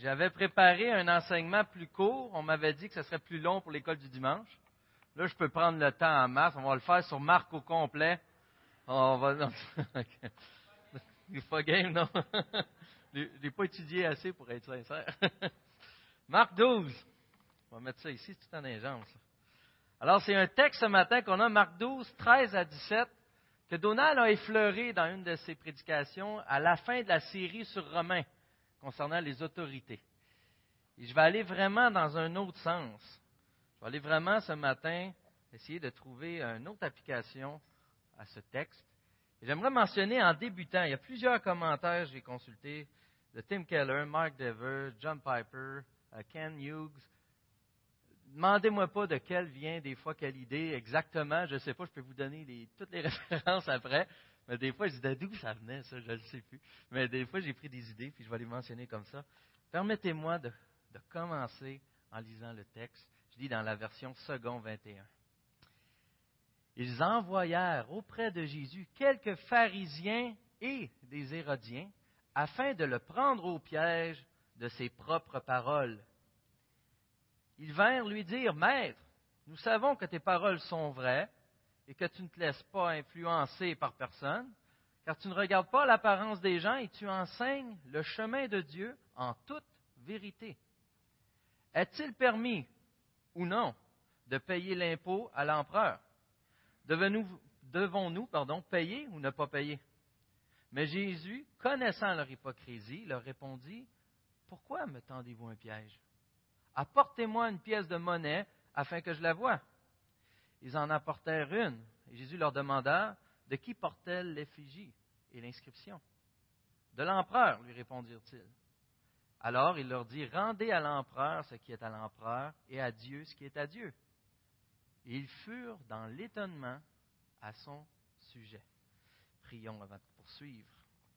J'avais préparé un enseignement plus court. On m'avait dit que ce serait plus long pour l'école du dimanche. Là, je peux prendre le temps en masse. On va le faire sur Marc au complet. On va... Non. Il faut game, non? Je n'ai pas étudié assez pour être sincère. Marc 12. On va mettre ça ici, c'est tout en ingence. Alors, c'est un texte ce matin qu'on a, Marc 12, 13 à 17, que Donald a effleuré dans une de ses prédications à la fin de la série sur Romains, concernant les autorités. Et je vais aller vraiment dans un autre sens. Je vais aller vraiment ce matin essayer de trouver une autre application à ce texte. Et j'aimerais mentionner en débutant, il y a plusieurs commentaires que j'ai consultés de Tim Keller, Mark Dever, John Piper, Ken Hughes. Demandez-moi pas de quelle vient des fois quelle idée exactement. Je ne sais pas, je peux vous donner toutes les références après. Mais des fois, je dis d'où ça venait, ça, je ne sais plus. Mais des fois, j'ai pris des idées, puis je vais les mentionner comme ça. Permettez-moi de commencer en lisant le texte. Je lis dans la version second 21. Ils envoyèrent auprès de Jésus quelques pharisiens et des Hérodiens afin de le prendre au piège de ses propres paroles. Ils vinrent lui dire, « Maître, nous savons que tes paroles sont vraies et que tu ne te laisses pas influencer par personne, car tu ne regardes pas l'apparence des gens et tu enseignes le chemin de Dieu en toute vérité. Est-il permis ou non de payer l'impôt à l'empereur? Devons-nous payer ou ne pas payer? » Mais Jésus, connaissant leur hypocrisie, leur répondit, « Pourquoi me tendez-vous un piège? Apportez-moi une pièce de monnaie afin que je la voie. » Ils en apportèrent une, et Jésus leur demanda, « De qui porte-t-elle l'effigie et l'inscription? » « De l'empereur, lui répondirent-ils. Alors il leur dit, « Rendez à l'empereur ce qui est à l'empereur, et à Dieu ce qui est à Dieu. » Et ils furent dans l'étonnement à son sujet. Prions avant de poursuivre.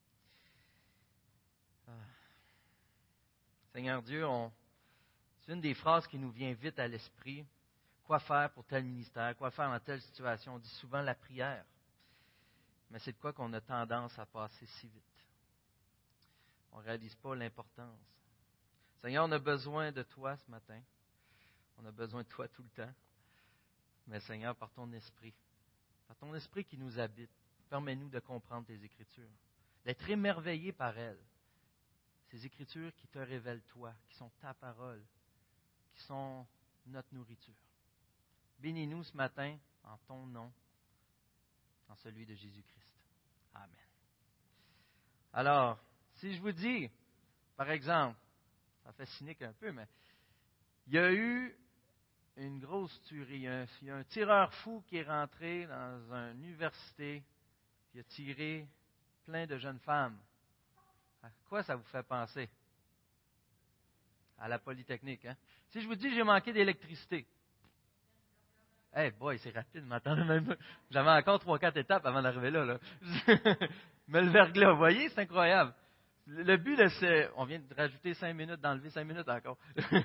Seigneur Dieu, c'est une des phrases qui nous vient vite à l'esprit. Quoi faire pour tel ministère? Quoi faire dans telle situation? On dit souvent la prière. Mais c'est de quoi qu'on a tendance à passer si vite. On ne réalise pas l'importance. Seigneur, on a besoin de toi ce matin. On a besoin de toi tout le temps. Mais Seigneur, par ton esprit qui nous habite, permets-nous de comprendre tes Écritures, d'être émerveillés par elles. Ces Écritures qui te révèlent toi, qui sont ta parole, qui sont notre nourriture. Bénis-nous ce matin en ton nom, en celui de Jésus-Christ. Amen. Alors, si je vous dis, par exemple, ça fait cynique un peu, mais il y a eu une grosse tuerie. Il y a un tireur fou qui est rentré dans une université, qui a tiré plein de jeunes femmes. À quoi ça vous fait penser? À la Polytechnique, hein? Si je vous dis j'ai manqué d'électricité. Hey boy, c'est rapide, m'attendez même. J'avais encore 3-4 étapes avant d'arriver là. Mais le verglas, vous voyez, c'est incroyable. Le but, là, c'est. On vient de rajouter 5 minutes, d'enlever 5 minutes encore.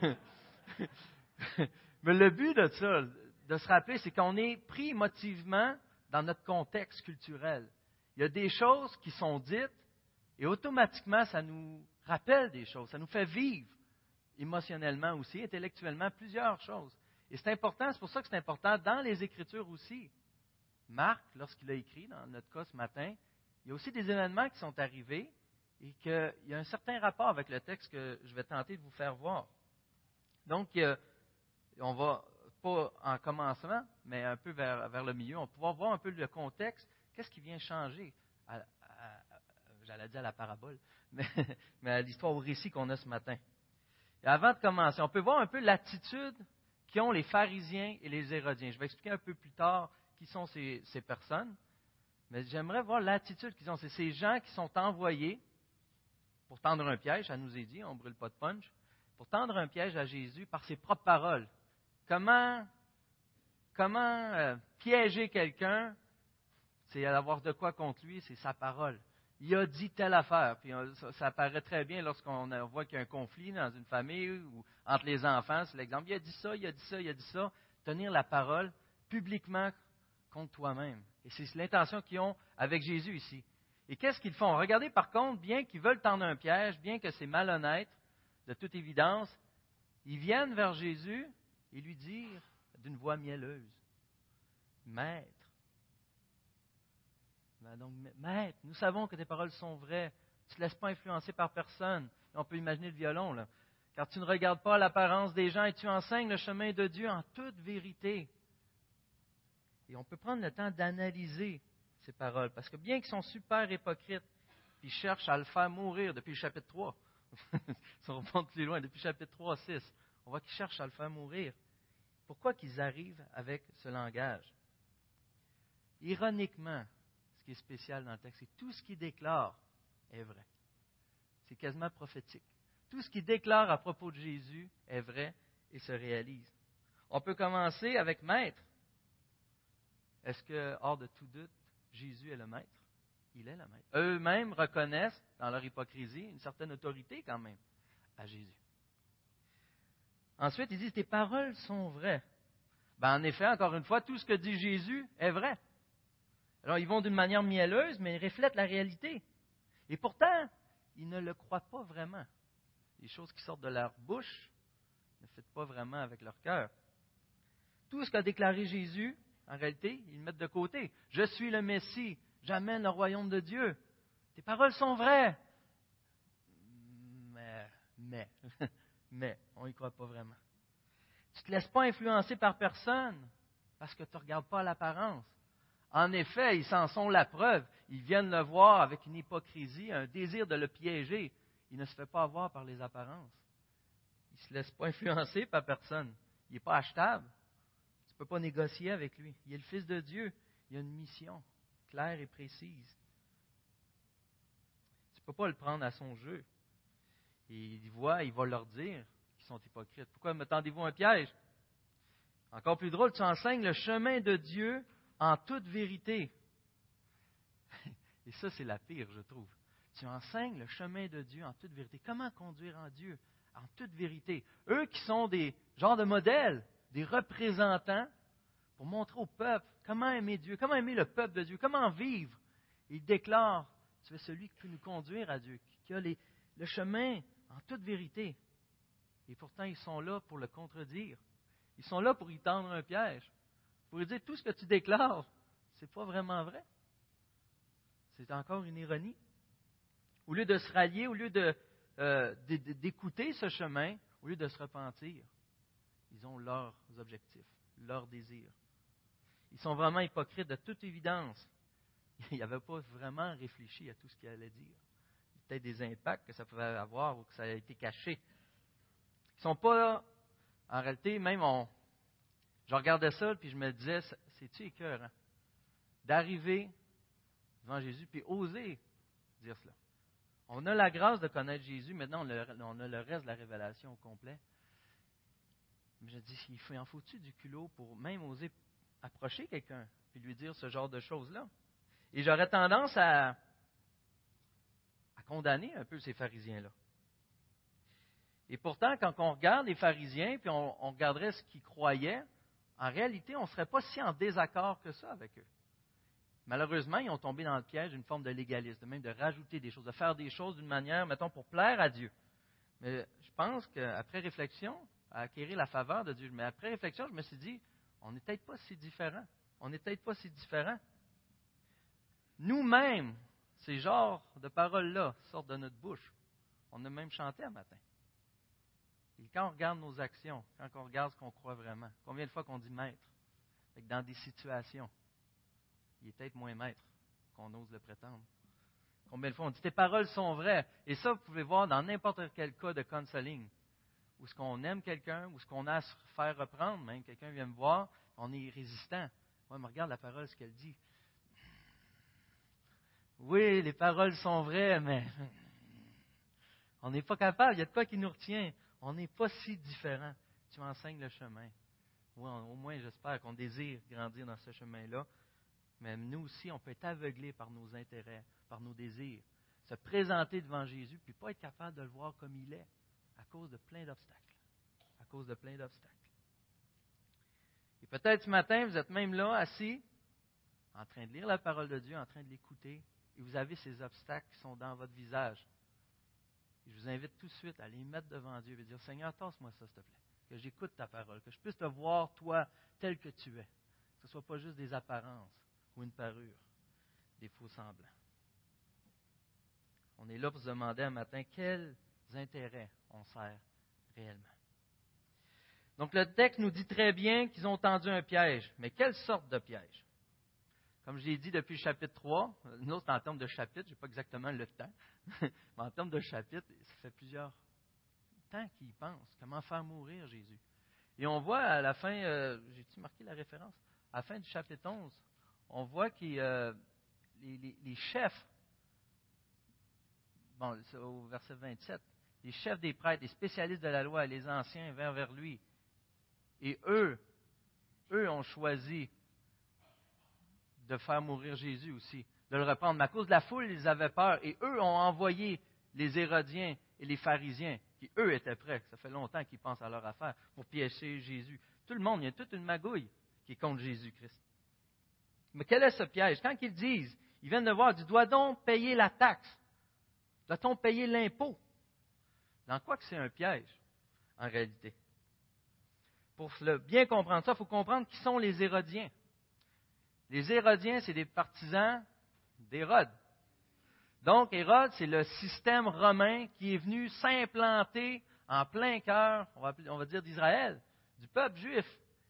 Mais le but de ça, de se rappeler, c'est qu'on est pris émotivement dans notre contexte culturel. Il y a des choses qui sont dites et automatiquement, ça nous rappelle des choses. Ça nous fait vivre émotionnellement aussi, intellectuellement, plusieurs choses. Et c'est important, c'est pour ça que c'est important dans les Écritures aussi. Marc, lorsqu'il a écrit, dans notre cas ce matin, il y a aussi des événements qui sont arrivés et qu'il y a un certain rapport avec le texte que je vais tenter de vous faire voir. Donc, on va, pas en commencement, mais un peu vers le milieu, on va pouvoir voir un peu le contexte, qu'est-ce qui vient changer, j'allais dire à la parabole, mais à l'histoire, au récit qu'on a ce matin. Et avant de commencer, on peut voir un peu l'attitude qu'ont les pharisiens et les hérodiens. Je vais expliquer un peu plus tard qui sont ces personnes, mais j'aimerais voir l'attitude qu'ils ont. C'est ces gens qui sont envoyés pour tendre un piège, ça nous est dit, on ne brûle pas de punch, pour tendre un piège à Jésus par ses propres paroles. Comment piéger quelqu'un, c'est avoir de quoi contre lui, c'est sa parole. Il a dit telle affaire, puis ça apparaît très bien lorsqu'on voit qu'il y a un conflit dans une famille ou entre les enfants, c'est l'exemple. Il a dit ça, il a dit ça, il a dit ça. Tenir la parole publiquement contre toi-même. Et c'est l'intention qu'ils ont avec Jésus ici. Et qu'est-ce qu'ils font? Regardez par contre, bien qu'ils veulent tendre un piège, bien que c'est malhonnête, de toute évidence, ils viennent vers Jésus et lui dire d'une voix mielleuse, « Maître, donc, Maître, nous savons que tes paroles sont vraies, tu ne te laisses pas influencer par personne. » Et on peut imaginer le violon, là. « Car tu ne regardes pas l'apparence des gens et tu enseignes le chemin de Dieu en toute vérité. » Et on peut prendre le temps d'analyser ces paroles, parce que bien qu'ils sont super hypocrites, puis ils cherchent à le faire mourir depuis le chapitre 3, si on remonte plus loin, depuis le chapitre 3 à 6, on voit qu'ils cherchent à le faire mourir. Pourquoi qu'ils arrivent avec ce langage? Ironiquement, ce qui est spécial dans le texte, c'est que tout ce qu'ils déclarent est vrai. C'est quasiment prophétique. Tout ce qu'ils déclarent à propos de Jésus est vrai et se réalise. On peut commencer avec Maître. Est-ce que, hors de tout doute, Jésus est le Maître? Il est le Maître. Eux-mêmes reconnaissent, dans leur hypocrisie, une certaine autorité quand même à Jésus. Ensuite, ils disent, tes paroles sont vraies. En effet, encore une fois, tout ce que dit Jésus est vrai. Alors, ils vont d'une manière mielleuse, mais ils reflètent la réalité. Et pourtant, ils ne le croient pas vraiment. Les choses qui sortent de leur bouche ne fitent pas vraiment avec leur cœur. Tout ce qu'a déclaré Jésus, en réalité, ils le mettent de côté. Je suis le Messie, j'amène le royaume de Dieu. Tes paroles sont vraies. Mais, on n'y croit pas vraiment. Tu ne te laisses pas influencer par personne parce que tu ne regardes pas l'apparence. En effet, ils s'en sont la preuve. Ils viennent le voir avec une hypocrisie, un désir de le piéger. Il ne se fait pas avoir par les apparences. Il ne se laisse pas influencer par personne. Il n'est pas achetable. Tu ne peux pas négocier avec lui. Il est le Fils de Dieu. Il a une mission claire et précise. Tu ne peux pas le prendre à son jeu. Et il va leur dire qu'ils sont hypocrites. Pourquoi me tendez-vous un piège? Encore plus drôle, tu enseignes le chemin de Dieu en toute vérité. Et ça, c'est la pire, je trouve. Tu enseignes le chemin de Dieu en toute vérité. Comment conduire en Dieu en toute vérité? Eux qui sont des genres de modèles, des représentants, pour montrer au peuple comment aimer Dieu, comment aimer le peuple de Dieu, comment vivre. Ils déclarent, tu es celui qui peut nous conduire à Dieu, qui a le chemin en toute vérité. Et pourtant, ils sont là pour le contredire. Ils sont là pour y tendre un piège. Pour lui dire, tout ce que tu déclares, ce n'est pas vraiment vrai. C'est encore une ironie. Au lieu de se rallier, au lieu d'écouter ce chemin, au lieu de se repentir, ils ont leurs objectifs, leurs désirs. Ils sont vraiment hypocrites de toute évidence. Ils n'avaient pas vraiment réfléchi à tout ce qu'ils allaient dire. Peut-être des impacts que ça pouvait avoir ou que ça a été caché. Ils ne sont pas, en réalité, je regardais ça puis je me disais, c'est-tu écœurant d'arriver devant Jésus puis oser dire cela. On a la grâce de connaître Jésus, maintenant on a le reste de la révélation au complet. Mais je dis, en faut-tu du culot pour même oser approcher quelqu'un et lui dire ce genre de choses-là? Et j'aurais tendance à condamner un peu ces pharisiens-là. Et pourtant, quand on regarde les pharisiens, puis on regarderait ce qu'ils croyaient, en réalité, on ne serait pas si en désaccord que ça avec eux. Malheureusement, ils ont tombé dans le piège d'une forme de légalisme, même de rajouter des choses, de faire des choses d'une manière, mettons, pour plaire à Dieu. Mais je pense qu'après réflexion, à acquérir la faveur de Dieu, mais après réflexion, je me suis dit, on n'est peut-être pas si différents. On n'est peut-être pas si différents. Nous-mêmes, ces genres de paroles-là sortent de notre bouche. On a même chanté un matin. Et quand on regarde nos actions, quand on regarde ce qu'on croit vraiment, combien de fois qu'on dit maître, dans des situations, il est peut-être moins maître qu'on ose le prétendre. Combien de fois on dit tes paroles sont vraies. Et ça, vous pouvez voir dans n'importe quel cas de counseling, où ce qu'on aime quelqu'un, où ce qu'on a à se faire reprendre, même quelqu'un vient me voir, on est résistant. Ouais, mais regarde la parole, ce qu'elle dit. Oui, les paroles sont vraies, mais on n'est pas capable. Il y a de quoi qui nous retient. On n'est pas si différents. Tu m'enseignes le chemin. Oui, au moins, j'espère qu'on désire grandir dans ce chemin-là. Mais nous aussi, on peut être aveuglés par nos intérêts, par nos désirs. Se présenter devant Jésus, puis pas être capable de le voir comme il est, à cause de plein d'obstacles. À cause de plein d'obstacles. Et peut-être ce matin, vous êtes même là, assis, en train de lire la parole de Dieu, en train de l'écouter, et vous avez ces obstacles qui sont dans votre visage. Et je vous invite tout de suite à les mettre devant Dieu et dire, Seigneur, tasse-moi ça, s'il te plaît. Que j'écoute ta parole, que je puisse te voir, toi, tel que tu es. Que ce ne soit pas juste des apparences ou une parure, des faux semblants. On est là pour se demander un matin quels intérêts on sert réellement. Donc le texte nous dit très bien qu'ils ont tendu un piège. Mais quelle sorte de piège? Comme je l'ai dit depuis le chapitre 3, nous autres en termes de chapitre, je n'ai pas exactement le temps, mais en termes de chapitre, ça fait plusieurs temps qu'ils y pensent. Comment faire mourir Jésus? Et on voit à la fin, j'ai-tu marqué la référence? À la fin du chapitre 11, on voit que les chefs, bon, c'est au verset 27, les chefs des prêtres, les spécialistes de la loi, les anciens vinrent vers lui. Et eux ont choisi de faire mourir Jésus aussi, de le reprendre. Mais à cause de la foule, ils avaient peur. Et eux ont envoyé les Hérodiens et les pharisiens, qui eux étaient prêts. Ça fait longtemps qu'ils pensent à leur affaire, pour piéger Jésus. Tout le monde, il y a toute une magouille qui est contre Jésus-Christ. Mais quel est ce piège? Quand ils disent, ils viennent de voir, ils disent, doit-on payer la taxe? Doit-on payer l'impôt? Dans quoi que c'est un piège, en réalité? Pour bien comprendre ça, il faut comprendre qui sont les Hérodiens. Les Hérodiens, c'est des partisans d'Hérode. Donc, Hérode, c'est le système romain qui est venu s'implanter en plein cœur, on va dire d'Israël, du peuple juif.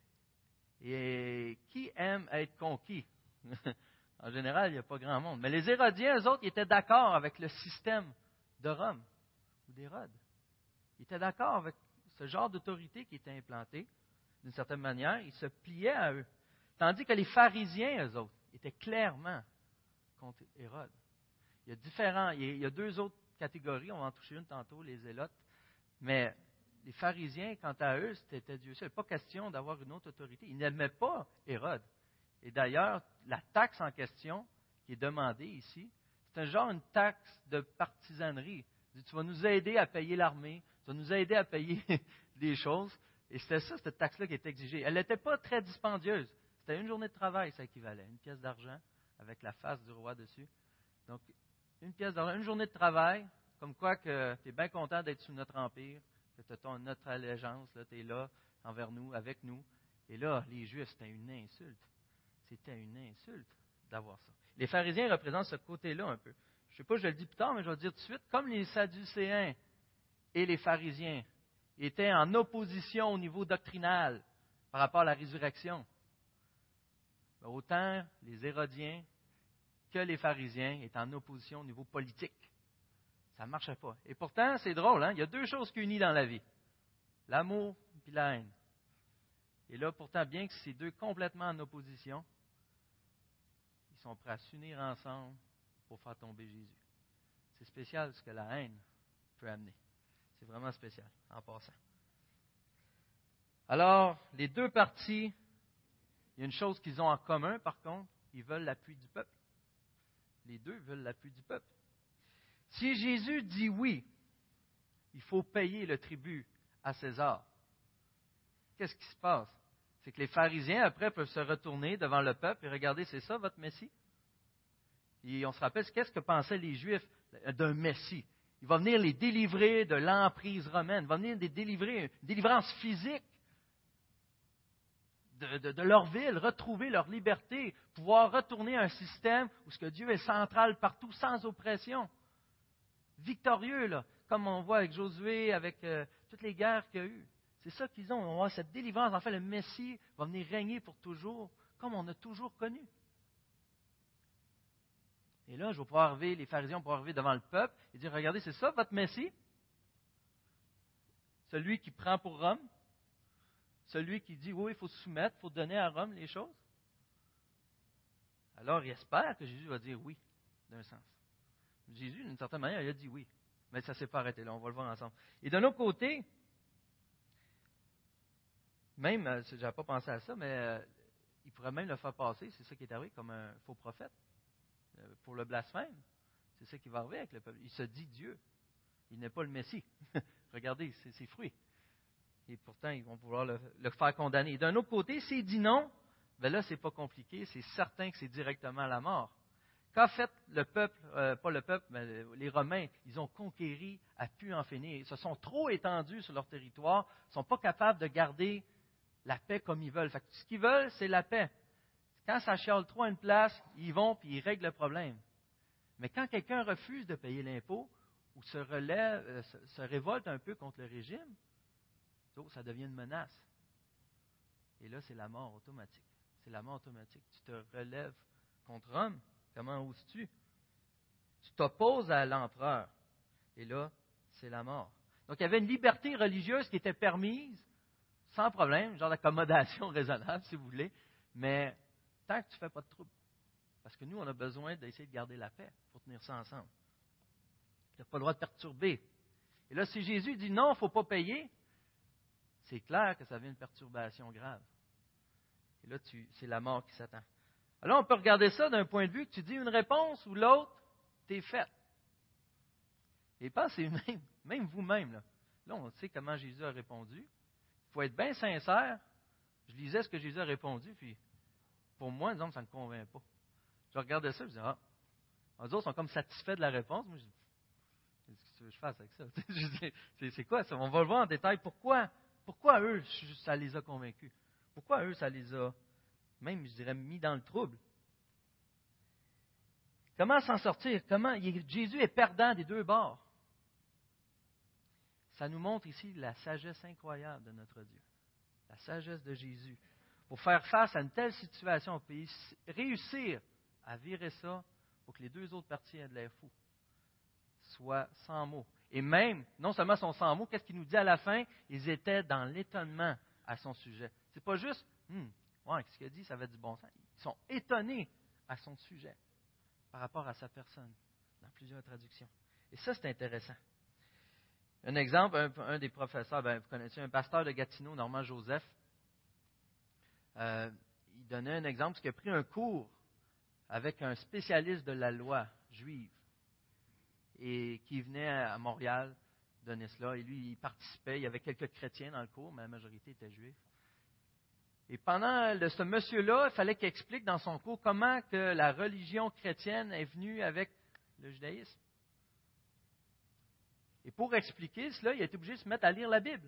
Et qui aime être conquis? En général, il n'y a pas grand monde. Mais les Hérodiens, eux autres, ils étaient d'accord avec le système de Rome ou d'Hérode. Ils étaient d'accord avec ce genre d'autorité qui était implantée, d'une certaine manière. Ils se pliaient à eux. Tandis que les pharisiens, eux autres, étaient clairement contre Hérode. Il y a deux autres catégories, on va en toucher une tantôt, les zélotes. Mais les pharisiens, quant à eux, c'était Dieu seul. Pas question d'avoir une autre autorité. Ils n'aimaient pas Hérode. Et d'ailleurs, la taxe en question qui est demandée ici, c'est un genre une taxe de partisanerie. Tu vas nous aider à payer l'armée, tu vas nous aider à payer des choses. Et c'était ça, cette taxe-là qui était exigée. Elle n'était pas très dispendieuse. C'était une journée de travail, ça équivalait. Une pièce d'argent avec la face du roi dessus. Donc, une pièce d'argent, une journée de travail, comme quoi que tu es bien content d'être sous notre empire, que tu as notre allégeance, tu es là envers nous, avec nous. Et là, les Juifs, c'était une insulte. C'était une insulte d'avoir ça. Les pharisiens représentent ce côté-là un peu. Je ne sais pas, je le dis plus tard, mais je vais le dire tout de suite. Comme les Sadducéens et les pharisiens étaient en opposition au niveau doctrinal par rapport à la résurrection, autant les Hérodiens que les pharisiens étaient en opposition au niveau politique. Ça ne marchait pas. Et pourtant, c'est drôle, hein? Il y a deux choses qui unissent dans la vie. L'amour et la haine. Et là, pourtant, bien que ces deux complètement en opposition, ils sont prêts à s'unir ensemble pour faire tomber Jésus. C'est spécial ce que la haine peut amener. C'est vraiment spécial, en passant. Alors, les deux partis, il y a une chose qu'ils ont en commun, par contre, ils veulent l'appui du peuple. Les deux veulent l'appui du peuple. Si Jésus dit oui, il faut payer le tribut à César. Qu'est-ce qui se passe? C'est que les pharisiens, après, peuvent se retourner devant le peuple et regarder, c'est ça votre Messie? Et on se rappelle, qu'est-ce que pensaient les Juifs d'un Messie? Il va venir les délivrer de l'emprise romaine. Il va venir les délivrer, une délivrance physique de leur ville, retrouver leur liberté, pouvoir retourner à un système où ce que Dieu est central partout, sans oppression. Victorieux, là, comme on voit avec Josué, avec toutes les guerres qu'il y a eu. C'est ça qu'ils ont. On va avoir cette délivrance. En fait, le Messie va venir régner pour toujours, comme on a toujours connu. Et là, je vais pouvoir arriver, les pharisiens vont pouvoir arriver devant le peuple et dire, regardez, c'est ça votre Messie? Celui qui prend pour Rome? Celui qui dit, oui, il faut se soumettre, il faut donner à Rome les choses? Alors, il espère que Jésus va dire oui, d'un sens. Jésus, d'une certaine manière, il a dit oui. Mais ça ne s'est pas arrêté là, on va le voir ensemble. Et d'un autre côté, même, je n'avais pas pensé à ça, mais il pourrait même le faire passer, c'est ça qui est arrivé, comme un faux prophète, pour le blasphème. C'est ça qui va arriver avec le peuple. Il se dit Dieu. Il n'est pas le Messie. Regardez, c'est ses fruits. Et pourtant, ils vont pouvoir le faire condamner. Et d'un autre côté, s'il dit non, ben là, c'est pas compliqué. C'est certain que c'est directement à la mort. Qu'a fait le peuple, pas le peuple, mais les Romains, ils ont conquéri à pu en finir. Ils se sont trop étendus sur leur territoire, ils ne sont pas capables de garder la paix comme ils veulent. Fait que ce qu'ils veulent, c'est la paix. Quand ça chiale trop à une place, ils vont et ils règlent le problème. Mais quand quelqu'un refuse de payer l'impôt ou se relève, se révolte un peu contre le régime, ça devient une menace. Et là, c'est la mort automatique. C'est la mort automatique. Tu te relèves contre Rome. Comment oses-tu? Tu t'opposes à l'empereur. Et là, c'est la mort. Donc, il y avait une liberté religieuse qui était permise, sans problème, genre d'accommodation raisonnable, si vous voulez, mais tant que tu ne fais pas de trouble. Parce que nous, on a besoin d'essayer de garder la paix pour tenir ça ensemble. Tu n'as pas le droit de perturber. Et là, si Jésus dit non, il ne faut pas payer, c'est clair que ça vient une perturbation grave. Et là, c'est la mort qui s'attend. Alors, on peut regarder ça d'un point de vue que tu dis une réponse ou l'autre, t'es faite. Et pensez même vous-même. Là, on sait comment Jésus a répondu. Il faut être bien sincère. Je lisais ce que Jésus a répondu, puis pour moi, disons, ça ne me convainc pas. Je regardais ça, je disais, les autres sont comme satisfaits de la réponse. Moi, je dis, qu'est-ce que tu veux que je fasse avec ça? C'est quoi ça? On va le voir en détail. Pourquoi eux, ça les a convaincus? Pourquoi eux, ça les a, même, je dirais, mis dans le trouble? Comment s'en sortir? Jésus est perdant des deux bords. Ça nous montre ici la sagesse incroyable de notre Dieu. La sagesse de Jésus. Pour faire face à une telle situation, on peut réussir à virer ça pour que les deux autres parties aient de l'air fou. Soit sans mots. Et même, non seulement sont sans mots, qu'est-ce qu'il nous dit à la fin? Ils étaient dans l'étonnement à son sujet. C'est pas juste, ce qu'il a dit, ça avait du bon sens. Ils sont étonnés à son sujet par rapport à sa personne, dans plusieurs traductions. Et ça, c'est intéressant. Un exemple, un des professeurs, vous connaissez un pasteur de Gatineau, Normand Joseph, il donnait un exemple, parce qu'il a pris un cours avec un spécialiste de la loi juive, et qui venait à Montréal donner cela, et lui, il participait, il y avait quelques chrétiens dans le cours, mais la majorité était juifs. Et pendant ce monsieur-là, il fallait qu'il explique dans son cours comment que la religion chrétienne est venue avec le judaïsme. Et pour expliquer cela, il a été obligé de se mettre à lire la Bible.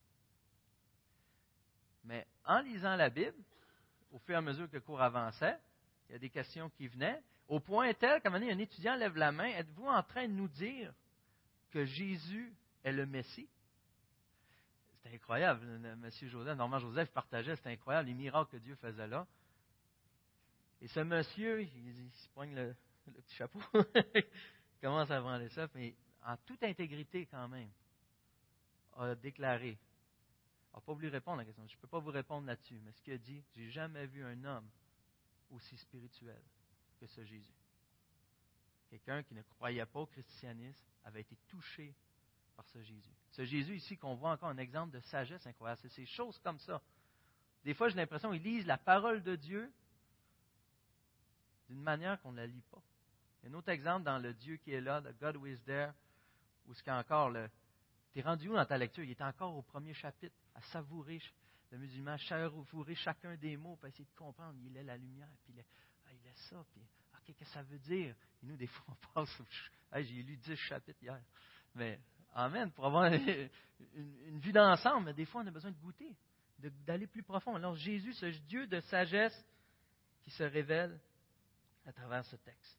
Mais en lisant la Bible, au fur et à mesure que le cours avançait, il y a des questions qui venaient, au point tel qu'à un moment donné, un étudiant lève la main, êtes-vous en train de nous dire que Jésus est le Messie? C'était incroyable. Monsieur Joseph, Normand Joseph partageait, c'était incroyable, les miracles que Dieu faisait là. Et ce monsieur, il se poigne le petit chapeau, il commence à branler ça, mais en toute intégrité quand même, a déclaré, n'a pas voulu répondre à la question, je ne peux pas vous répondre là-dessus, mais ce qu'il a dit, j'ai jamais vu un homme aussi spirituel que ce Jésus. Quelqu'un qui ne croyait pas au christianisme avait été touché par ce Jésus. Ce Jésus ici qu'on voit encore un exemple de sagesse incroyable. C'est ces choses comme ça. Des fois, j'ai l'impression qu'ils lisent la parole de Dieu d'une manière qu'on ne la lit pas. Il y a un autre exemple dans le Dieu qui est là, The God who is there, où ce qu'il y a encore t'es rendu où dans ta lecture? Il est encore au premier chapitre, à savourer le musulman, savourer chacun des mots, pour essayer de comprendre. Il est la lumière, puis il est ça, puis qu'est-ce que ça veut dire? Et nous, des fois, on passe. J'ai lu 10 chapitres hier. Mais, amen, pour avoir une vue d'ensemble, mais des fois, on a besoin de goûter, d'aller plus profond. Alors, Jésus, ce Dieu de sagesse qui se révèle à travers ce texte.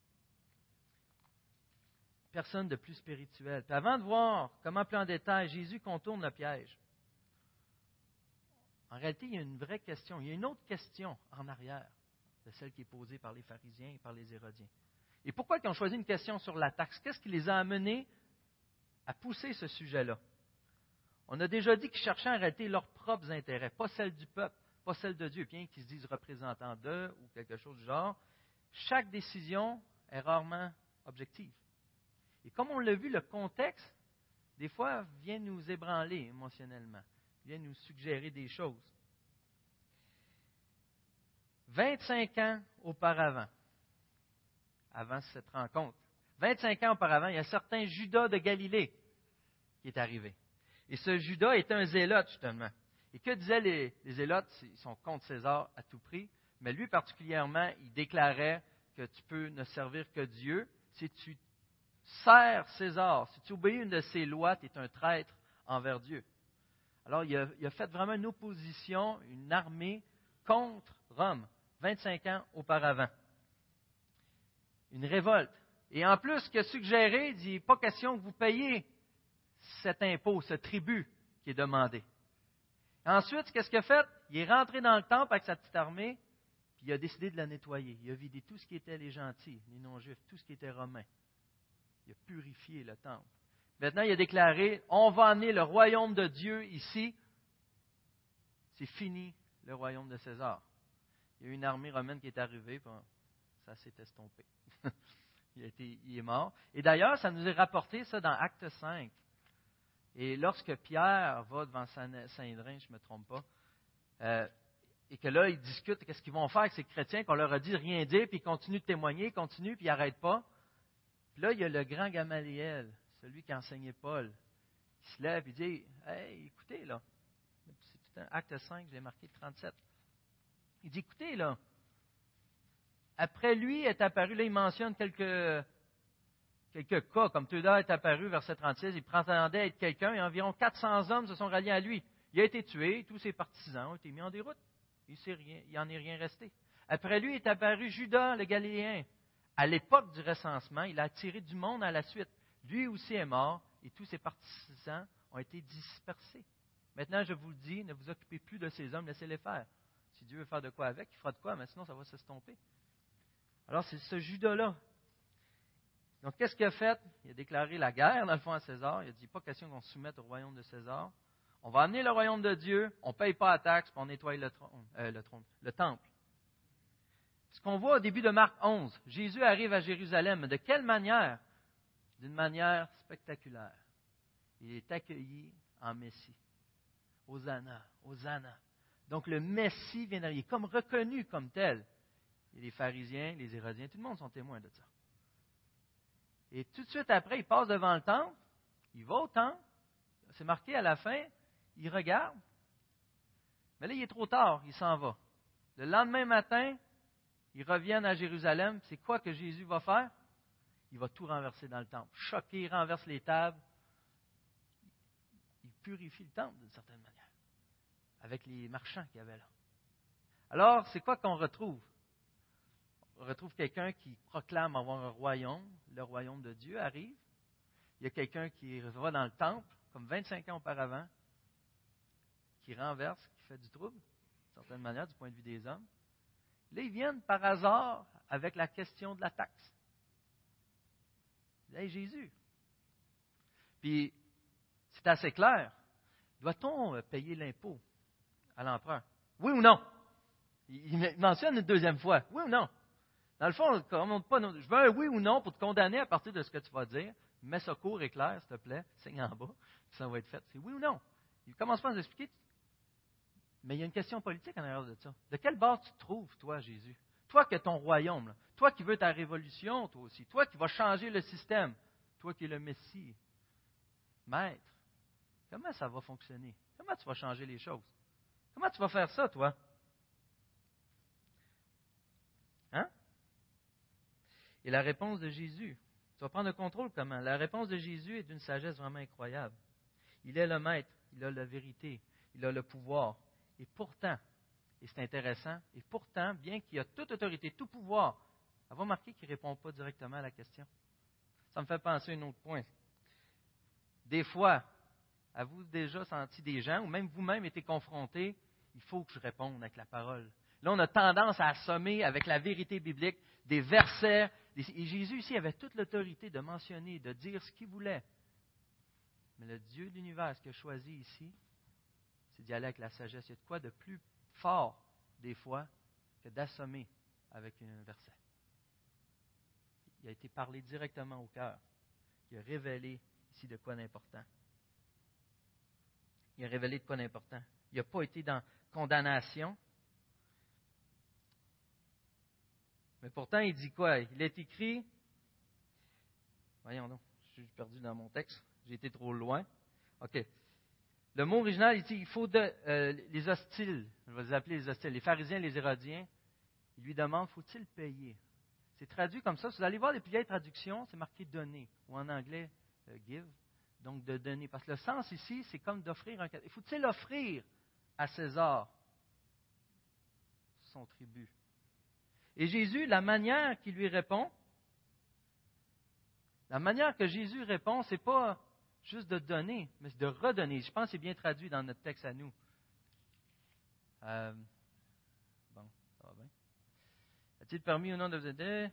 Personne de plus spirituel. Puis avant de voir comment plus en détail Jésus contourne le piège, en réalité, il y a une vraie question. Il y a une autre question en arrière de celle qui est posée par les pharisiens et par les hérodiens. Et pourquoi ils ont choisi une question sur la taxe? Qu'est-ce qui les a amenés à pousser ce sujet-là? On a déjà dit qu'ils cherchaient en réalité leurs propres intérêts, pas celles du peuple, pas celles de Dieu, bien qu'ils se disent représentants d'eux ou quelque chose du genre. Chaque décision est rarement objective. Et comme on l'a vu, le contexte, des fois, vient nous ébranler émotionnellement, vient nous suggérer des choses. 25 ans auparavant, avant cette rencontre, 25 ans auparavant, il y a un certain Judas de Galilée qui est arrivé. Et ce Judas était un zélote, justement. Et que disaient les zélotes? Ils sont contre César à tout prix, mais lui particulièrement, il déclarait que tu peux ne servir que Dieu, si tu sers César, si tu obéis une de ses lois, tu es un traître envers Dieu. Alors, il a fait vraiment une opposition, une armée contre Rome, 25 ans auparavant. Une révolte. Et en plus, ce qu'il a suggéré, il dit, pas question que vous payiez cet impôt, ce tribut qui est demandé. Ensuite, qu'est-ce qu'il a fait? Il est rentré dans le temple avec sa petite armée, puis il a décidé de la nettoyer. Il a vidé tout ce qui était les gentils, les non-juifs, tout ce qui était romain. Il a purifié le temple. Maintenant, il a déclaré, on va amener le royaume de Dieu ici. C'est fini, le royaume de César. Il y a eu une armée romaine qui est arrivée, puis ça s'est estompé. Il est mort. Et d'ailleurs, ça nous est rapporté, ça, dans Acte 5. Et lorsque Pierre va devant Saint-Hédrin, je ne me trompe pas, et que là, ils discutent qu'est-ce qu'ils vont faire avec ces chrétiens, qu'on leur a dit de rien dire, puis ils continuent de témoigner, puis ils n'arrêtent pas. Puis là, il y a le grand Gamaliel, celui qui enseignait Paul, qui se lève et dit, « Hey, écoutez, là, c'est tout un Acte 5, j'ai marqué 37. Il dit, écoutez, là, après lui est apparu, là, il mentionne quelques cas, comme Théodore est apparu, verset 36, il prétendait être quelqu'un, et environ 400 hommes se sont ralliés à lui. Il a été tué, tous ses partisans ont été mis en déroute. Il n'en est rien resté. Après lui est apparu Judas, le Galiléen. À l'époque du recensement, il a attiré du monde à la suite. Lui aussi est mort, et tous ses partisans ont été dispersés. Maintenant, je vous le dis, ne vous occupez plus de ces hommes, laissez-les faire. Si Dieu veut faire de quoi avec, il fera de quoi, mais sinon ça va s'estomper. Alors, c'est ce Judas-là. Donc, qu'est-ce qu'il a fait? Il a déclaré la guerre, dans le fond, à César. Il a dit, pas question qu'on se soumette au royaume de César. On va amener le royaume de Dieu, on ne paye pas la taxe, puis on nettoie le temple. Ce qu'on voit au début de Marc 11, Jésus arrive à Jérusalem. De quelle manière? D'une manière spectaculaire. Il est accueilli en Messie. Hosanna, Hosanna. Donc, le Messie vient d'arriver, comme reconnu comme tel. Et les pharisiens, les hérodiens, tout le monde sont témoins de ça. Et tout de suite après, il passe devant le temple, il va au temple, c'est marqué à la fin, il regarde, mais là, il est trop tard, il s'en va. Le lendemain matin, ils reviennent à Jérusalem, c'est quoi que Jésus va faire? Il va tout renverser dans le temple. Choqué, il renverse les tables. Il purifie le temple d'une certaine manière, avec les marchands qu'il y avait là. Alors, c'est quoi qu'on retrouve? On retrouve quelqu'un qui proclame avoir un royaume. Le royaume de Dieu arrive. Il y a quelqu'un qui va dans le temple, comme 25 ans auparavant, qui renverse, qui fait du trouble, d'une certaine manière, du point de vue des hommes. Là, ils viennent par hasard avec la question de la taxe. Ils disent, hey, Jésus. Puis, c'est assez clair. Doit-on payer l'impôt à l'empereur? Oui ou non? Il mentionne une deuxième fois. Oui ou non? Dans le fond, on ne commande pas. Je veux un oui ou non pour te condamner à partir de ce que tu vas dire. Mets ça court et clair, s'il te plaît. Signe en bas. Ça va être fait. C'est oui ou non. Il ne commence pas à nous expliquer. Mais il y a une question politique en arrière de ça. De quel bord tu te trouves, toi, Jésus? Toi qui es ton royaume. Là. Toi qui veux ta révolution, toi aussi. Toi qui vas changer le système. Toi qui es le Messie. Maître. Comment ça va fonctionner? Comment tu vas changer les choses? Comment tu vas faire ça, toi? Hein? Et la réponse de Jésus, tu vas prendre le contrôle comment? La réponse de Jésus est d'une sagesse vraiment incroyable. Il est le maître, il a la vérité, il a le pouvoir. Et pourtant, et c'est intéressant, et pourtant, bien qu'il a toute autorité, tout pouvoir, avez-vous remarqué qu'il ne répond pas directement à la question? Ça me fait penser à un autre point. Des fois, avez-vous déjà senti des gens, ou même vous-même été confrontés, il faut que je réponde avec la parole. Là, on a tendance à assommer avec la vérité biblique des versets. Et Jésus ici avait toute l'autorité de mentionner, de dire ce qu'il voulait. Mais le Dieu de l'univers, ce qu'il a choisi ici, c'est d'y aller avec la sagesse. Il y a de quoi de plus fort, des fois, que d'assommer avec un verset. Il a été parlé directement au cœur. Il a révélé ici de quoi d'important. Il a révélé de quoi d'important. Il n'a pas été dans condamnation. Mais pourtant, il dit quoi? Il est écrit... Voyons donc, je suis perdu dans mon texte. J'ai été trop loin. OK. Le mot original, il dit, il faut les hostiles, je vais les appeler les hostiles, les pharisiens, les hérodiens, ils lui demandent, faut-il payer? C'est traduit comme ça. Si vous allez voir les plus vieilles traductions, c'est marqué donner, ou en anglais give, donc de donner. Parce que le sens ici, c'est comme d'offrir un cadeau. Faut-il offrir à César son tribut? Et Jésus, la manière qu'il lui répond, la manière que Jésus répond, c'est pas juste de donner, mais c'est de redonner. Je pense que c'est bien traduit dans notre texte à nous. Bon, ça va bien. A-t-il permis au nom de vous aider?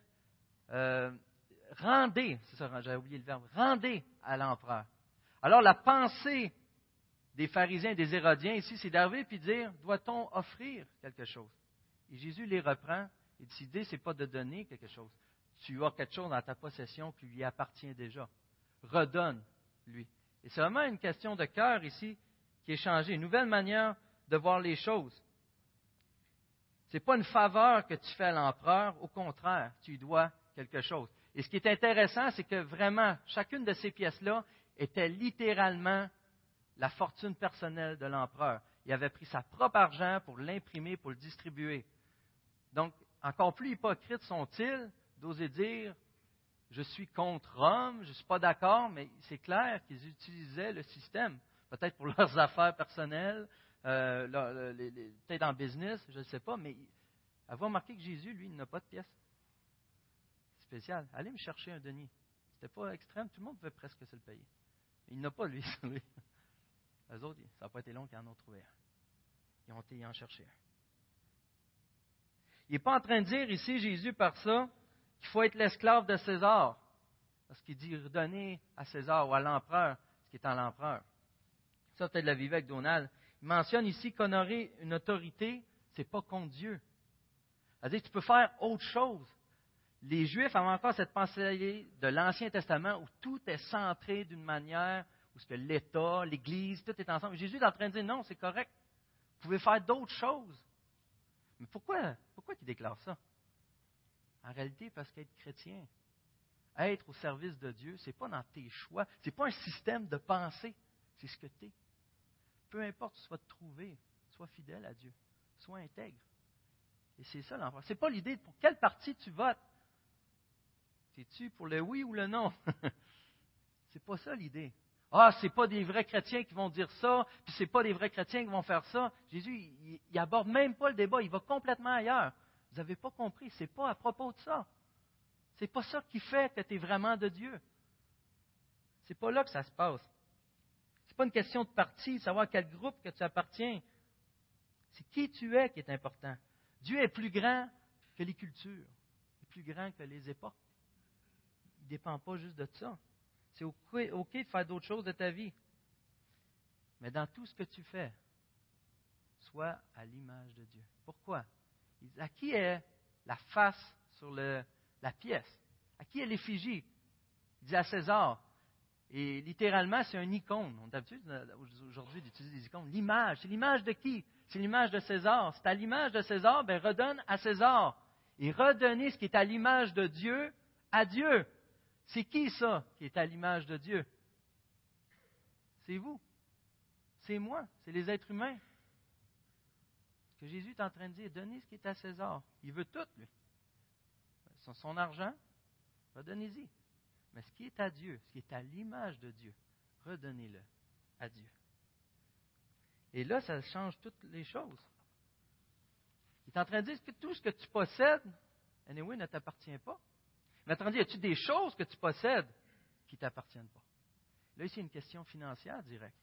Rendez, c'est ça, j'avais oublié le verbe, rendez à l'empereur. Alors la pensée des pharisiens et des hérodiens ici, c'est d'arriver et de dire, doit-on offrir quelque chose? Et Jésus les reprend et dit, l'idée, ce n'est pas de donner quelque chose. Tu as quelque chose dans ta possession qui lui appartient déjà. Redonne-lui. Et c'est vraiment une question de cœur ici qui est changée, une nouvelle manière de voir les choses. Ce n'est pas une faveur que tu fais à l'empereur, au contraire, tu lui dois quelque chose. Et ce qui est intéressant, c'est que vraiment, chacune de ces pièces-là était littéralement la fortune personnelle de l'empereur. Il avait pris sa propre argent pour l'imprimer, pour le distribuer. Donc, encore plus hypocrite sont-ils d'oser dire « je suis contre Rome, je ne suis pas d'accord », mais c'est clair qu'ils utilisaient le système, peut-être pour leurs affaires personnelles, peut-être en business, je ne sais pas, mais avez-vous remarqué que Jésus, lui, il n'a pas de pièce spéciale. Allez me chercher un denier. C'était pas extrême, tout le monde pouvait presque se le payer. Il n'a pas, lui. Eux autres, ça n'a pas été long qu'ils en ont trouvé un. Ils ont été en chercher un. Il n'est pas en train de dire ici, Jésus, par ça, qu'il faut être l'esclave de César. Parce qu'il dit redonner à César ou à l'empereur ce qui est en l'empereur. Ça, peut-être la vivait avec Donald. Il mentionne ici qu'honorer une autorité, ce n'est pas contre Dieu. C'est-à-dire que tu peux faire autre chose. Les Juifs avaient encore cette pensée de l'Ancien Testament où tout est centré d'une manière où ce que l'État, l'Église, tout est ensemble. Jésus est en train de dire non, c'est correct. Vous pouvez faire d'autres choses. Mais pourquoi il déclare ça? En réalité, parce qu'être chrétien, être au service de Dieu, ce n'est pas dans tes choix, ce n'est pas un système de pensée, c'est ce que tu es. Peu importe, tu sois trouvé, sois fidèle à Dieu, sois intègre. Et c'est ça l'empereur. Ce n'est pas l'idée de pour quel parti tu votes. Es-tu pour le oui ou le non? C'est pas ça l'idée. C'est pas des vrais chrétiens qui vont dire ça, puis c'est pas des vrais chrétiens qui vont faire ça. Jésus, il aborde même pas le débat, il va complètement ailleurs. Vous n'avez pas compris, c'est pas à propos de ça. C'est pas ça qui fait que tu es vraiment de Dieu. C'est pas là que ça se passe. C'est pas une question de parti, de savoir à quel groupe que tu appartiens. C'est qui tu es qui est important. Dieu est plus grand que les cultures, il est plus grand que les époques. Il ne dépend pas juste de ça. C'est OK de faire d'autres choses de ta vie. Mais dans tout ce que tu fais, sois à l'image de Dieu. Pourquoi? À qui est la face sur la pièce? À qui est l'effigie? Il dit à César. Et littéralement, c'est un icône. On a l'habitude aujourd'hui d'utiliser des icônes. L'image. C'est l'image de qui? C'est l'image de César. C'est à l'image de César, redonne à César. Et redonner ce qui est à l'image de Dieu à Dieu. C'est qui ça qui est à l'image de Dieu? C'est vous. C'est moi. C'est les êtres humains. Ce que Jésus est en train de dire, donnez ce qui est à César. Il veut tout, lui. Son argent, redonnez-y. Mais ce qui est à Dieu, ce qui est à l'image de Dieu, redonnez-le à Dieu. Et là, ça change toutes les choses. Il est en train de dire que tout ce que tu possèdes, anyway, ne t'appartient pas. Mais autrement dit, y a-t-il des choses que tu possèdes qui ne t'appartiennent pas? Là, ici, une question financière directe.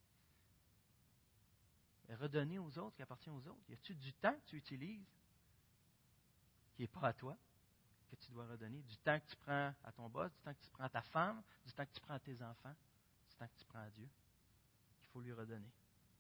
Mais redonner aux autres qui appartient aux autres. Y a-t-il du temps que tu utilises qui n'est pas à toi, que tu dois redonner? Du temps que tu prends à ton boss, du temps que tu prends à ta femme, du temps que tu prends à tes enfants, du temps que tu prends à Dieu, qu'il faut lui redonner.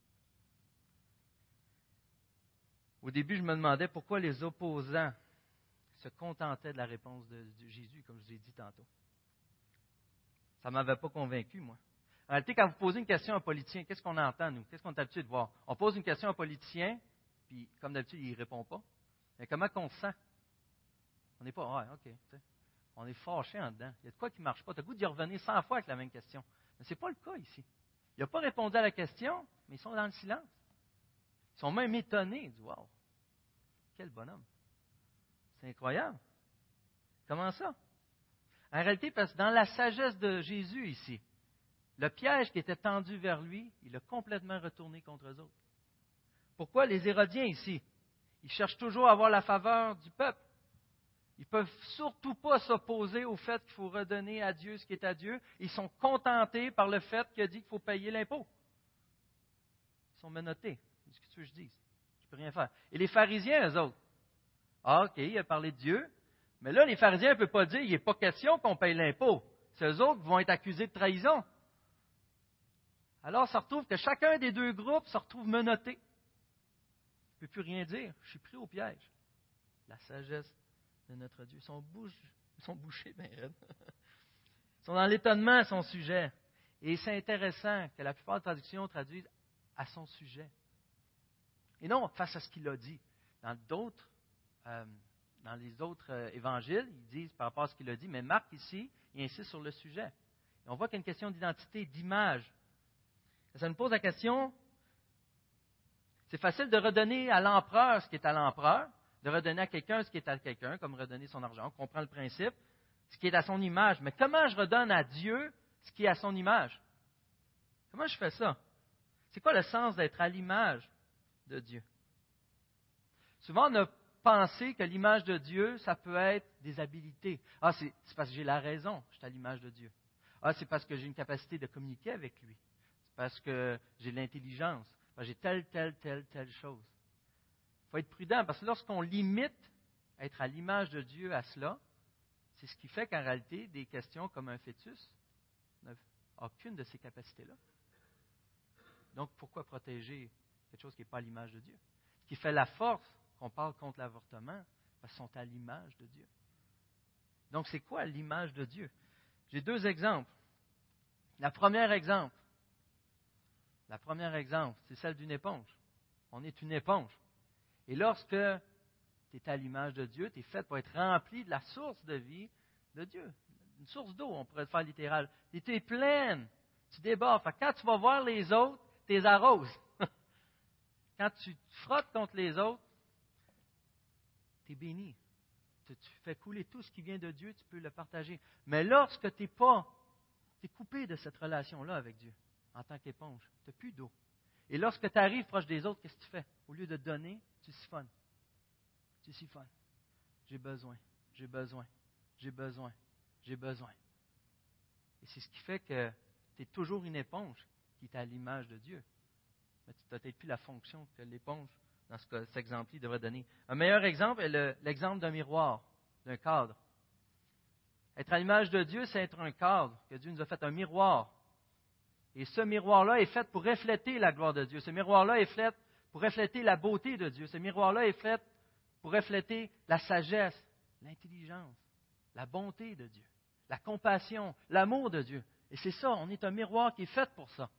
Au début, je me demandais pourquoi les opposants se contentaient de la réponse de Jésus, comme je vous ai dit tantôt. Ça ne m'avait pas convaincu, moi. En réalité, quand vous posez une question à un politicien, qu'est-ce qu'on entend, nous? Qu'est-ce qu'on est habitué de voir? On pose une question à un politicien, puis comme d'habitude, il ne répond pas. Mais comment qu'on se sent? On n'est pas, OK. On est fâché en dedans. Il y a de quoi qui ne marche pas. Tu as le goût d'y revenir 100 fois avec la même question. Mais ce n'est pas le cas ici. Il n'a pas répondu à la question, mais ils sont dans le silence. Ils sont même étonnés. Ils disent, wow, quel bonhomme. C'est incroyable. Comment ça? En réalité, parce que dans la sagesse de Jésus ici, le piège qui était tendu vers lui, il a complètement retourné contre eux autres. Pourquoi les Hérodiens ici? Ils cherchent toujours à avoir la faveur du peuple. Ils ne peuvent surtout pas s'opposer au fait qu'il faut redonner à Dieu ce qui est à Dieu. Ils sont contentés par le fait qu'il a dit qu'il faut payer l'impôt. Ils sont menottés. Qu'est-ce que tu veux que je dise? Je ne peux rien faire. Et les pharisiens, eux autres? Ah, OK, il a parlé de Dieu. Mais là, les pharisiens ne peuvent pas dire, il n'est pas question qu'on paye l'impôt. C'est eux autres qui vont être accusés de trahison. Alors, ça retrouve que chacun des deux groupes se retrouve menotté. Il ne peut plus rien dire. Je suis pris au piège. La sagesse de notre Dieu. Ils sont bouchés, bien raides. Ils sont dans l'étonnement à son sujet. Et c'est intéressant que la plupart des traductions traduisent à son sujet. Et non face à ce qu'il a dit. Dans les autres évangiles, ils disent par rapport à ce qu'il a dit, mais Marc ici, il insiste sur le sujet. Et on voit qu'il y a une question d'identité, d'image. Ça nous pose la question, c'est facile de redonner à l'empereur ce qui est à l'empereur, de redonner à quelqu'un ce qui est à quelqu'un, comme redonner son argent, on comprend le principe, ce qui est à son image. Mais comment je redonne à Dieu ce qui est à son image? Comment je fais ça? C'est quoi le sens d'être à l'image de Dieu? Souvent, on a pensé que l'image de Dieu, ça peut être des habilités. Ah, c'est parce que j'ai la raison, je suis à l'image de Dieu. Ah, c'est parce que j'ai une capacité de communiquer avec lui. C'est parce que j'ai de l'intelligence. J'ai telle chose. Il faut être prudent, parce que lorsqu'on limite être à l'image de Dieu à cela, c'est ce qui fait qu'en réalité, des questions comme un fœtus n'a aucune de ces capacités-là. Donc, pourquoi protéger quelque chose qui n'est pas à l'image de Dieu? Ce qui fait la force qu'on parle contre l'avortement, parce qu'ils sont à l'image de Dieu. Donc, c'est quoi l'image de Dieu? J'ai deux exemples. La première exemple, c'est celle d'une éponge. On est une éponge. Et lorsque tu es à l'image de Dieu, tu es fait pour être rempli de la source de vie de Dieu. Une source d'eau, on pourrait le faire littéral. Et tu es pleine, tu débordes. Fait que quand tu vas voir les autres, tu les arroses. Quand tu te frottes contre les autres, tu es béni. Tu fais couler tout ce qui vient de Dieu, tu peux le partager. Mais lorsque tu es coupé de cette relation-là avec Dieu, en tant qu'éponge, tu n'as plus d'eau. Et lorsque tu arrives proche des autres, qu'est-ce que tu fais? Au lieu de donner, tu siphonnes. Tu siphonnes. J'ai besoin. Et c'est ce qui fait que tu es toujours une éponge qui est à l'image de Dieu. Mais tu n'as peut-être plus la fonction que l'éponge, dans cet exemple-ci, devrait donner. Un meilleur exemple est l'exemple d'un miroir, d'un cadre. Être à l'image de Dieu, c'est être un cadre, que Dieu nous a fait un miroir. Et ce miroir-là est fait pour refléter la gloire de Dieu. Ce miroir-là est fait pour refléter la beauté de Dieu. Ce miroir-là est fait pour refléter la sagesse, l'intelligence, la bonté de Dieu, la compassion, l'amour de Dieu. Et c'est ça, on est un miroir qui est fait pour ça.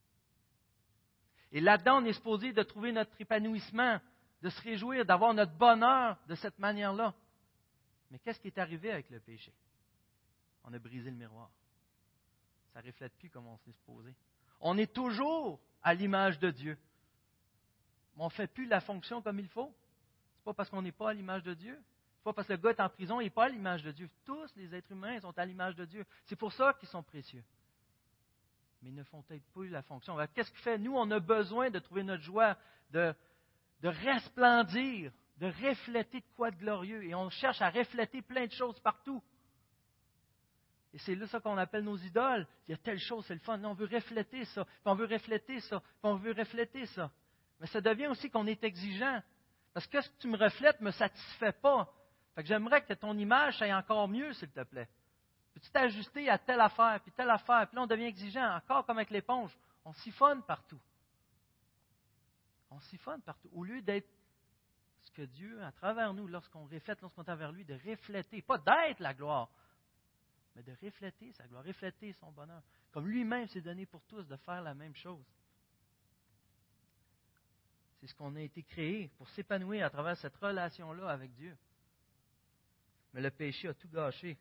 Et là-dedans, on est supposé de trouver notre épanouissement, de se réjouir, d'avoir notre bonheur de cette manière-là. Mais qu'est-ce qui est arrivé avec le péché? On a brisé le miroir. Ça ne reflète plus comme on s'est supposé. On est toujours à l'image de Dieu. Mais on ne fait plus la fonction comme il faut. Ce n'est pas parce qu'on n'est pas à l'image de Dieu. Ce n'est pas parce que le gars est en prison, il n'est pas à l'image de Dieu. Tous les êtres humains sont à l'image de Dieu. C'est pour ça qu'ils sont précieux. Mais ils ne font peut-être plus la fonction. Alors, qu'est-ce qui fait? Nous, on a besoin de trouver notre joie, de resplendir, de refléter de quoi de glorieux. Et on cherche à refléter plein de choses partout. Et c'est là ça qu'on appelle nos idoles. Il y a telle chose, c'est le fun. Non, on veut refléter ça, puis on veut refléter ça, puis on veut refléter ça. Mais ça devient aussi qu'on est exigeant. Parce que ce que tu me reflètes ne me satisfait pas. Fait que j'aimerais que ton image aille encore mieux, s'il te plaît. Peux-tu t'ajuster à telle affaire, puis telle affaire, puis là on devient exigeant, encore comme avec l'éponge. On siphonne partout. On siphonne partout. Au lieu d'être ce que Dieu, à travers nous, lorsqu'on reflète, lorsqu'on est envers lui, de refléter, pas d'être la gloire, mais de refléter sa gloire, refléter son bonheur. Comme lui-même s'est donné pour tous de faire la même chose. C'est ce qu'on a été créé pour s'épanouir à travers cette relation-là avec Dieu. Mais le péché a tout gâché.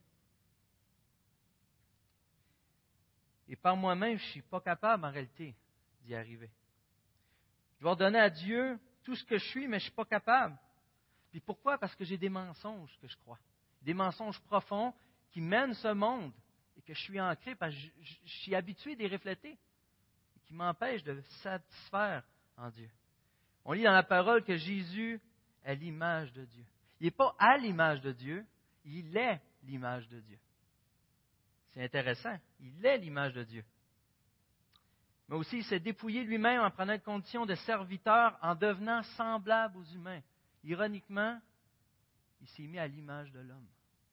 Et par moi-même, je ne suis pas capable en réalité d'y arriver. Je dois donner à Dieu tout ce que je suis, mais je ne suis pas capable. Puis pourquoi? Parce que j'ai des mensonges que je crois. des mensonges profonds qui mènent ce monde et que je suis ancré parce que je suis habitué d'y refléter et qui m'empêchent de satisfaire en Dieu. On lit dans la parole que Jésus est l'image de Dieu. Il n'est pas à l'image de Dieu, il est l'image de Dieu. C'est intéressant, il est l'image de Dieu. Mais aussi, il s'est dépouillé lui-même en prenant une condition de serviteur, en devenant semblable aux humains. Ironiquement, il s'est mis à l'image de l'homme.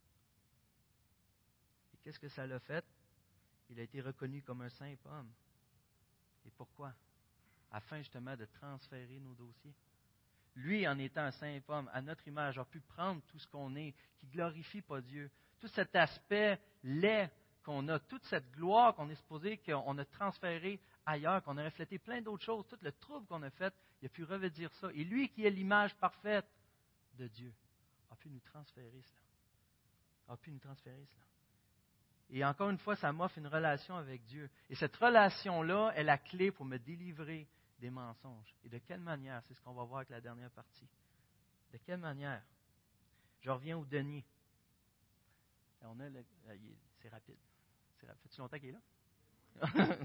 Et qu'est-ce que ça l'a fait? Il a été reconnu comme un simple homme. Et pourquoi? Afin justement de transférer nos dossiers. Lui, en étant un simple homme, à notre image, a pu prendre tout ce qu'on est, qui ne glorifie pas Dieu, tout cet aspect laid qu'on a, toute cette gloire qu'on est supposé qu'on a transféré ailleurs, qu'on a reflété plein d'autres choses, tout le trouble qu'on a fait, il a pu revêtir ça. Et lui qui est l'image parfaite de Dieu, a pu nous transférer cela. Et encore une fois, ça m'offre une relation avec Dieu. Et cette relation-là est la clé pour me délivrer des mensonges. Et de quelle manière? C'est ce qu'on va voir avec la dernière partie. De quelle manière? Je reviens au denier. C'est rapide. Fait-tu longtemps qu'il est là?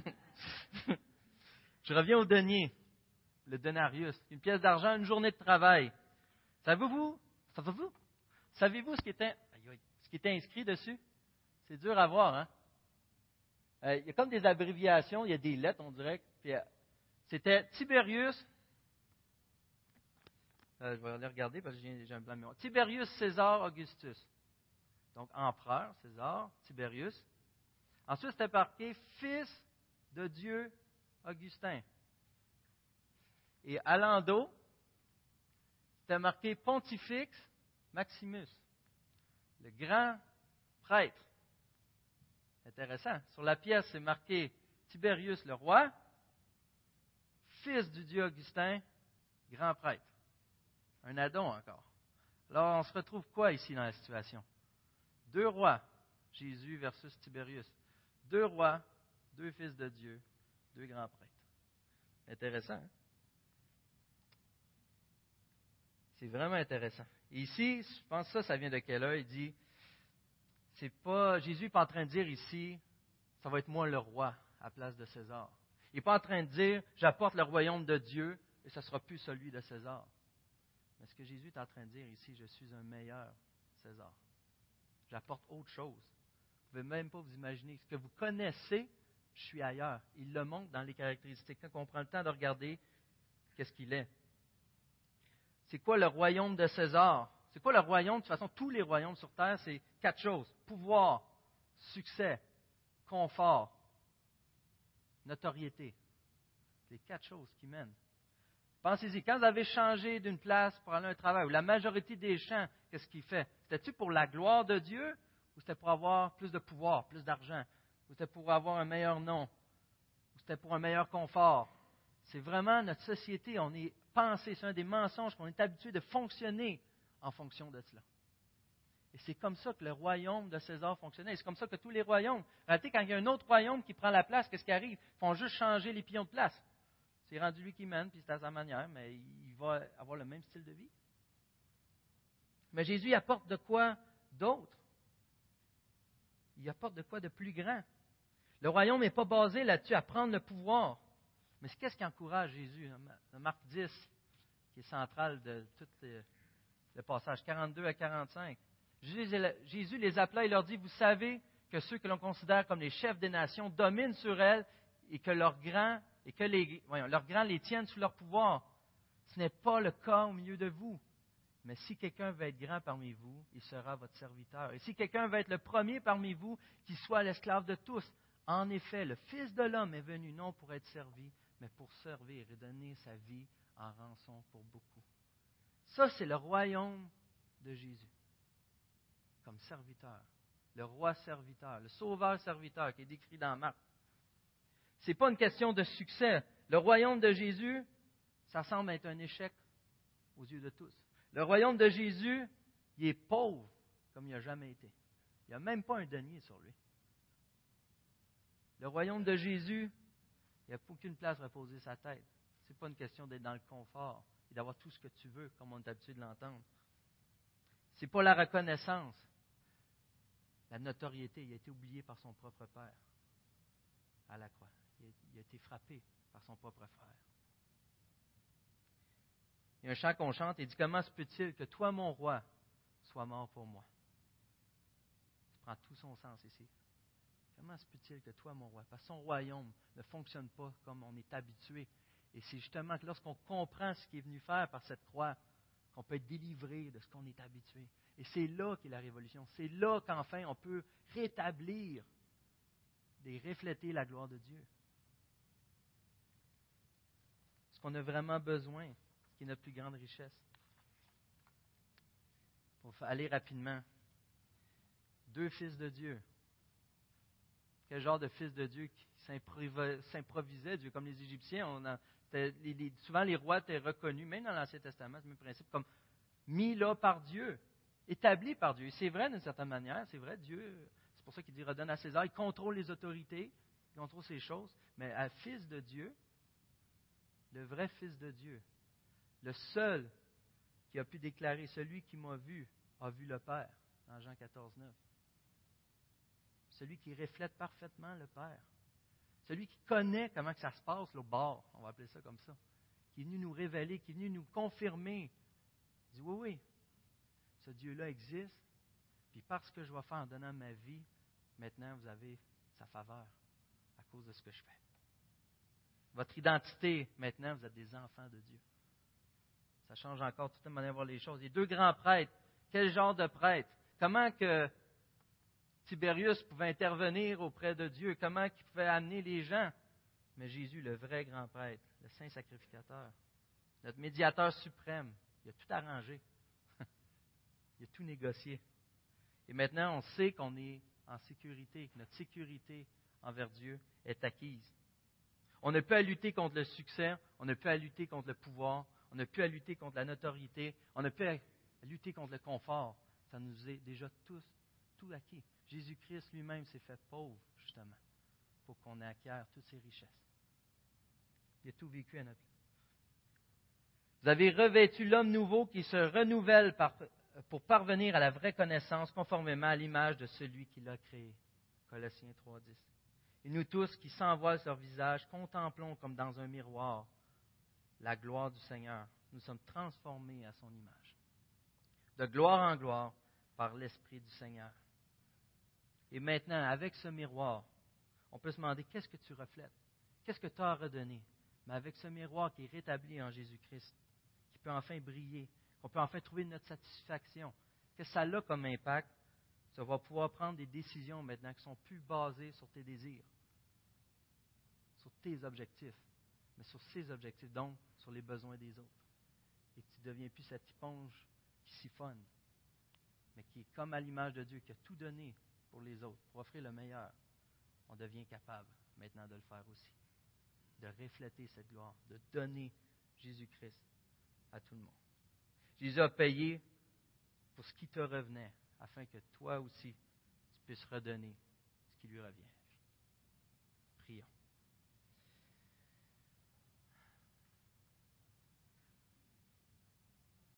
Je reviens au denier. Le denarius. Une pièce d'argent, une journée de travail. Savez-vous ce qui était inscrit dessus? C'est dur à voir, hein? Il y a comme des abréviations, il y a des lettres, on dirait. Puis, c'était Tiberius. Je vais aller regarder parce que j'ai un blanc de mémoire. Tiberius César Augustus. Donc, empereur, César, Tiberius. Ensuite, c'était marqué fils de Dieu Augustin. Et à l'endos, c'était marqué Pontifex Maximus, le grand prêtre. Intéressant. Sur la pièce, c'est marqué Tiberius le roi, fils du Dieu Augustin, grand prêtre. Un addon encore. Alors, on se retrouve quoi ici dans la situation? 2 rois, Jésus versus Tiberius. 2 rois, 2 fils de Dieu, 2 grands prêtres. Intéressant, hein? C'est vraiment intéressant. Et ici, je pense que ça vient de quelle heure? Il dit, Jésus n'est pas en train de dire ici, ça va être moi le roi à la place de César. Il n'est pas en train de dire, j'apporte le royaume de Dieu et ce ne sera plus celui de César. Mais ce que Jésus est en train de dire ici, je suis un meilleur César. J'apporte autre chose. Vous ne pouvez même pas vous imaginer. Ce que vous connaissez, je suis ailleurs. Il le montre dans les caractéristiques. Quand on prend le temps de regarder qu'est-ce qu'il est. C'est quoi le royaume de César? C'est quoi le royaume? De toute façon, tous les royaumes sur terre, c'est 4 choses. Pouvoir, succès, confort, notoriété. C'est les 4 choses qui mènent. Pensez-y, quand vous avez changé d'une place pour aller à un travail, ou la majorité des champs, qu'est-ce qu'il fait? C'était-tu pour la gloire de Dieu, ou c'était pour avoir plus de pouvoir, plus d'argent, ou c'était pour avoir un meilleur nom, ou c'était pour un meilleur confort? C'est vraiment notre société, on est pensé, c'est un des mensonges qu'on est habitué de fonctionner en fonction de cela. Et c'est comme ça que le royaume de César fonctionnait. Et c'est comme ça que tous les royaumes. En réalité, quand il y a un autre royaume qui prend la place, qu'est-ce qui arrive? Ils font juste changer les pions de place. C'est rendu lui qui mène, puis c'est à sa manière, mais il va avoir le même style de vie. Mais Jésus apporte de quoi d'autre? Il apporte de quoi de plus grand? Le royaume n'est pas basé là-dessus, à prendre le pouvoir. Mais qu'est-ce qui encourage Jésus? Dans Marc 10, qui est central de tout le passage 42 à 45. Jésus les appela et leur dit, vous savez que ceux que l'on considère comme les chefs des nations dominent sur elles et que leurs grands les tiennent sous leur pouvoir. Ce n'est pas le cas au milieu de vous. Mais si quelqu'un veut être grand parmi vous, il sera votre serviteur. Et si quelqu'un veut être le premier parmi vous, qu'il soit l'esclave de tous. En effet, le Fils de l'homme est venu non pour être servi, mais pour servir et donner sa vie en rançon pour beaucoup. Ça, c'est le royaume de Jésus, comme serviteur. Le roi serviteur, le sauveur serviteur qui est décrit dans Marc. Ce n'est pas une question de succès. Le royaume de Jésus, ça semble être un échec aux yeux de tous. Le royaume de Jésus, il est pauvre comme il n'a jamais été. Il n'y a même pas un denier sur lui. Le royaume de Jésus, il n'y a aucune place pour reposer sa tête. Ce n'est pas une question d'être dans le confort et d'avoir tout ce que tu veux, comme on est habitué de l'entendre. Ce n'est pas la reconnaissance. La notoriété, il a été oublié par son propre père à la croix. Il a été frappé par son propre frère. Il y a un chant qu'on chante et dit « Comment se peut-il que toi, mon roi, sois mort pour moi? » Ça prend tout son sens ici. Comment se peut-il que toi, mon roi, parce que son royaume ne fonctionne pas comme on est habitué. Et c'est justement que lorsqu'on comprend ce qu'il est venu faire par cette croix, qu'on peut être délivré de ce qu'on est habitué. Et c'est là qu'est la révolution. C'est là qu'enfin on peut rétablir et refléter la gloire de Dieu. Ce qu'on a vraiment besoin, ce qui est notre plus grande richesse. Pour aller rapidement. 2 fils de Dieu. Quel genre de fils de Dieu qui s'improvisait Dieu, comme les Égyptiens. Souvent, les rois étaient reconnus, même dans l'Ancien Testament, c'est le même principe, comme mis là par Dieu, établi par Dieu. Et c'est vrai d'une certaine manière, c'est vrai, Dieu, c'est pour ça qu'il dit redonne à César, il contrôle les autorités, il contrôle ces choses, mais un fils de Dieu, le vrai fils de Dieu, le seul qui a pu déclarer, celui qui m'a vu, a vu le Père, dans Jean 14, 9. Celui qui reflète parfaitement le Père. Celui qui connaît comment que ça se passe, le bord, on va appeler ça comme ça. Qui est venu nous révéler, qui est venu nous confirmer. Il dit, oui, ce Dieu-là existe, puis parce que je vais faire en donnant ma vie, maintenant vous avez sa faveur à cause de ce que je fais. Votre identité, maintenant, vous êtes des enfants de Dieu. Ça change encore toute la manière de voir les choses. Les 2 grands prêtres, quel genre de prêtres? Comment que Tibérius pouvait intervenir auprès de Dieu? Comment il pouvait amener les gens? Mais Jésus, le vrai grand prêtre, le saint sacrificateur, notre médiateur suprême, il a tout arrangé. Il a tout négocié. Et maintenant, on sait qu'on est en sécurité, que notre sécurité envers Dieu est acquise. On n'a plus à lutter contre le succès, on n'a plus à lutter contre le pouvoir, on n'a plus à lutter contre la notoriété, on n'a plus à lutter contre le confort. Ça nous est déjà tout acquis. Jésus-Christ lui-même s'est fait pauvre, justement, pour qu'on acquiert toutes ces richesses. Il a tout vécu à notre place. Vous avez revêtu l'homme nouveau qui se renouvelle pour parvenir à la vraie connaissance conformément à l'image de celui qui l'a créé. Colossiens 3,10. Et nous tous qui sans voile sur leur visage, contemplons comme dans un miroir la gloire du Seigneur. Nous sommes transformés à son image. De gloire en gloire par l'Esprit du Seigneur. Et maintenant, avec ce miroir, on peut se demander qu'est-ce que tu reflètes? Qu'est-ce que tu as à redonner? Mais avec ce miroir qui est rétabli en Jésus-Christ, qui peut enfin briller, qu'on peut enfin trouver notre satisfaction, qu'est-ce que ça a comme impact? Ça va pouvoir prendre des décisions maintenant qui ne sont plus basées sur tes désirs, sur tes objectifs, mais sur ses objectifs, donc sur les besoins des autres. Et tu ne deviens plus cette éponge qui siphonne, mais qui est comme à l'image de Dieu, qui a tout donné pour les autres, pour offrir le meilleur. On devient capable maintenant de le faire aussi, de refléter cette gloire, de donner Jésus-Christ à tout le monde. Jésus a payé pour ce qui te revenait, afin que toi aussi, tu puisses redonner ce qui lui revient. Prions.